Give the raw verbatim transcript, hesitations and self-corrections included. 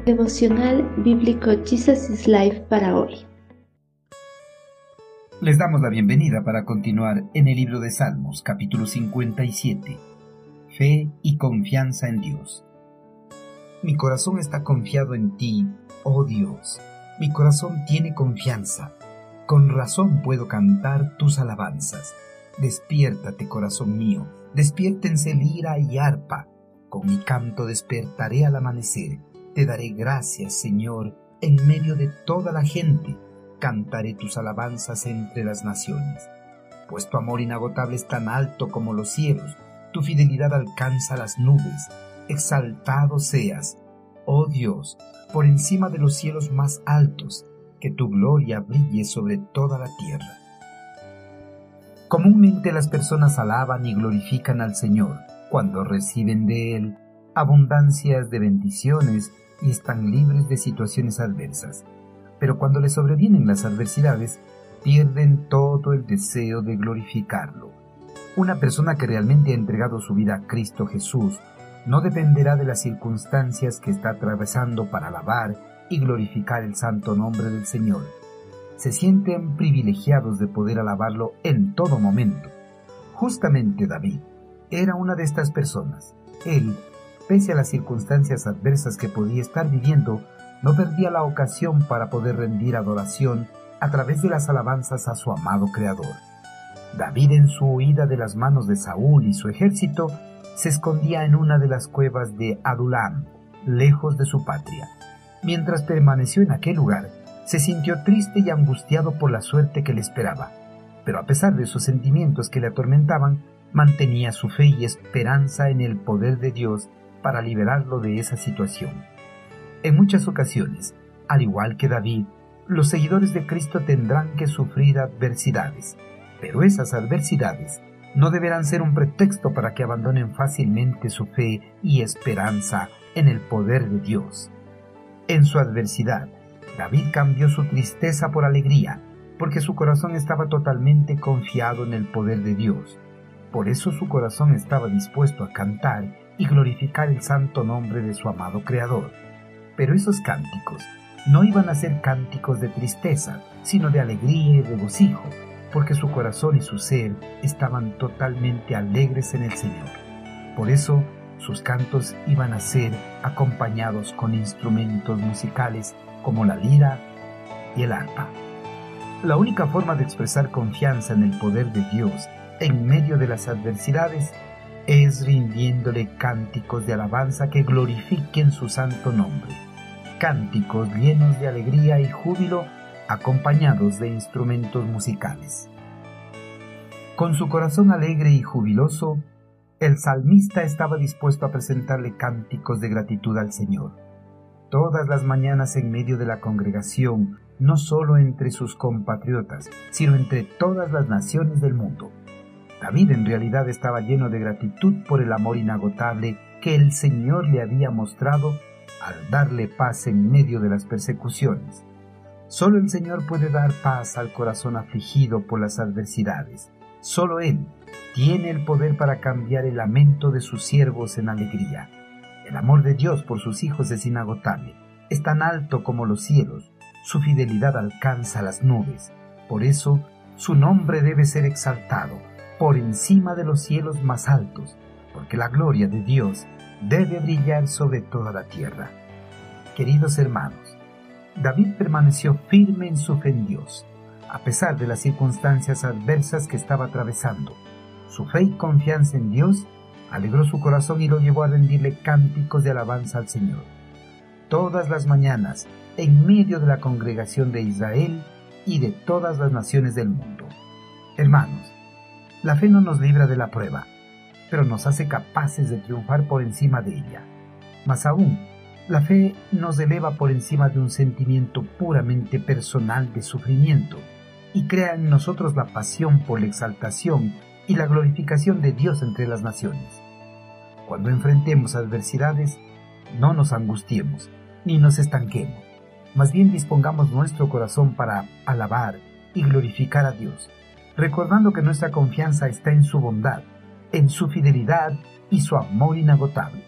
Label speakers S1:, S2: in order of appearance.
S1: Devocional Bíblico Jesus is Life para hoy.
S2: Les damos la bienvenida para continuar en el libro de Salmos, capítulo cincuenta y siete. Fe y confianza en Dios. Mi corazón está confiado en ti, oh Dios. Mi corazón tiene confianza. Con razón puedo cantar tus alabanzas. Despiértate, corazón mío. Despiértense lira y arpa. Con mi canto despertaré al amanecer. Te daré gracias, Señor, en medio de toda la gente. Cantaré tus alabanzas entre las naciones. Pues tu amor inagotable es tan alto como los cielos. Tu fidelidad alcanza las nubes. Exaltado seas, oh Dios, por encima de los cielos más altos. Que tu gloria brille sobre toda la tierra. Comúnmente las personas alaban y glorifican al Señor cuando reciben de Él abundancias de bendiciones y están libres de situaciones adversas. Pero cuando les sobrevienen las adversidades, pierden todo el deseo de glorificarlo. Una persona que realmente ha entregado su vida a Cristo Jesús no dependerá de las circunstancias que está atravesando para alabar y glorificar el santo nombre del Señor. Se sienten privilegiados de poder alabarlo en todo momento. Justamente David era una de estas personas. Él, pese a las circunstancias adversas que podía estar viviendo, no perdía la ocasión para poder rendir adoración a través de las alabanzas a su amado Creador. David, en su huida de las manos de Saúl y su ejército, se escondía en una de las cuevas de Adulam, lejos de su patria. Mientras permaneció en aquel lugar, se sintió triste y angustiado por la suerte que le esperaba, pero a pesar de esos sentimientos que le atormentaban, mantenía su fe y esperanza en el poder de Dios para liberarlo de esa situación. En muchas ocasiones, al igual que David, los seguidores de Cristo tendrán que sufrir adversidades, pero esas adversidades no deberán ser un pretexto para que abandonen fácilmente su fe y esperanza en el poder de Dios. En su adversidad, David cambió su tristeza por alegría, porque su corazón estaba totalmente confiado en el poder de Dios. Por eso su corazón estaba dispuesto a cantar y glorificar el santo nombre de su amado Creador. Pero esos cánticos no iban a ser cánticos de tristeza, sino de alegría y regocijo, porque su corazón y su ser estaban totalmente alegres en el Señor. Por eso sus cantos iban a ser acompañados con instrumentos musicales como la lira y el arpa. La única forma de expresar confianza en el poder de Dios en medio de las adversidades es rindiéndole cánticos de alabanza que glorifiquen su santo nombre. Cánticos llenos de alegría y júbilo acompañados de instrumentos musicales. Con su corazón alegre y jubiloso, el salmista estaba dispuesto a presentarle cánticos de gratitud al Señor. Todas las mañanas en medio de la congregación, no solo entre sus compatriotas, sino entre todas las naciones del mundo. David en realidad estaba lleno de gratitud por el amor inagotable que el Señor le había mostrado al darle paz en medio de las persecuciones. Solo el Señor puede dar paz al corazón afligido por las adversidades. Solo Él tiene el poder para cambiar el lamento de sus siervos en alegría. El amor de Dios por sus hijos es inagotable, es tan alto como los cielos, su fidelidad alcanza las nubes. Por eso, su nombre debe ser exaltado por encima de los cielos más altos, porque la gloria de Dios debe brillar sobre toda la tierra. Queridos hermanos, David permaneció firme en su fe en Dios, a pesar de las circunstancias adversas que estaba atravesando. Su fe y confianza en Dios alegró su corazón y lo llevó a rendirle cánticos de alabanza al Señor. Todas las mañanas, en medio de la congregación de Israel y de todas las naciones del mundo. Hermanos, la fe no nos libra de la prueba, pero nos hace capaces de triunfar por encima de ella. Más aún, la fe nos eleva por encima de un sentimiento puramente personal de sufrimiento y crea en nosotros la pasión por la exaltación y la glorificación de Dios entre las naciones. Cuando enfrentemos adversidades, no nos angustiemos ni nos estanquemos. Más bien dispongamos nuestro corazón para alabar y glorificar a Dios, recordando que nuestra confianza está en su bondad, en su fidelidad y su amor inagotable.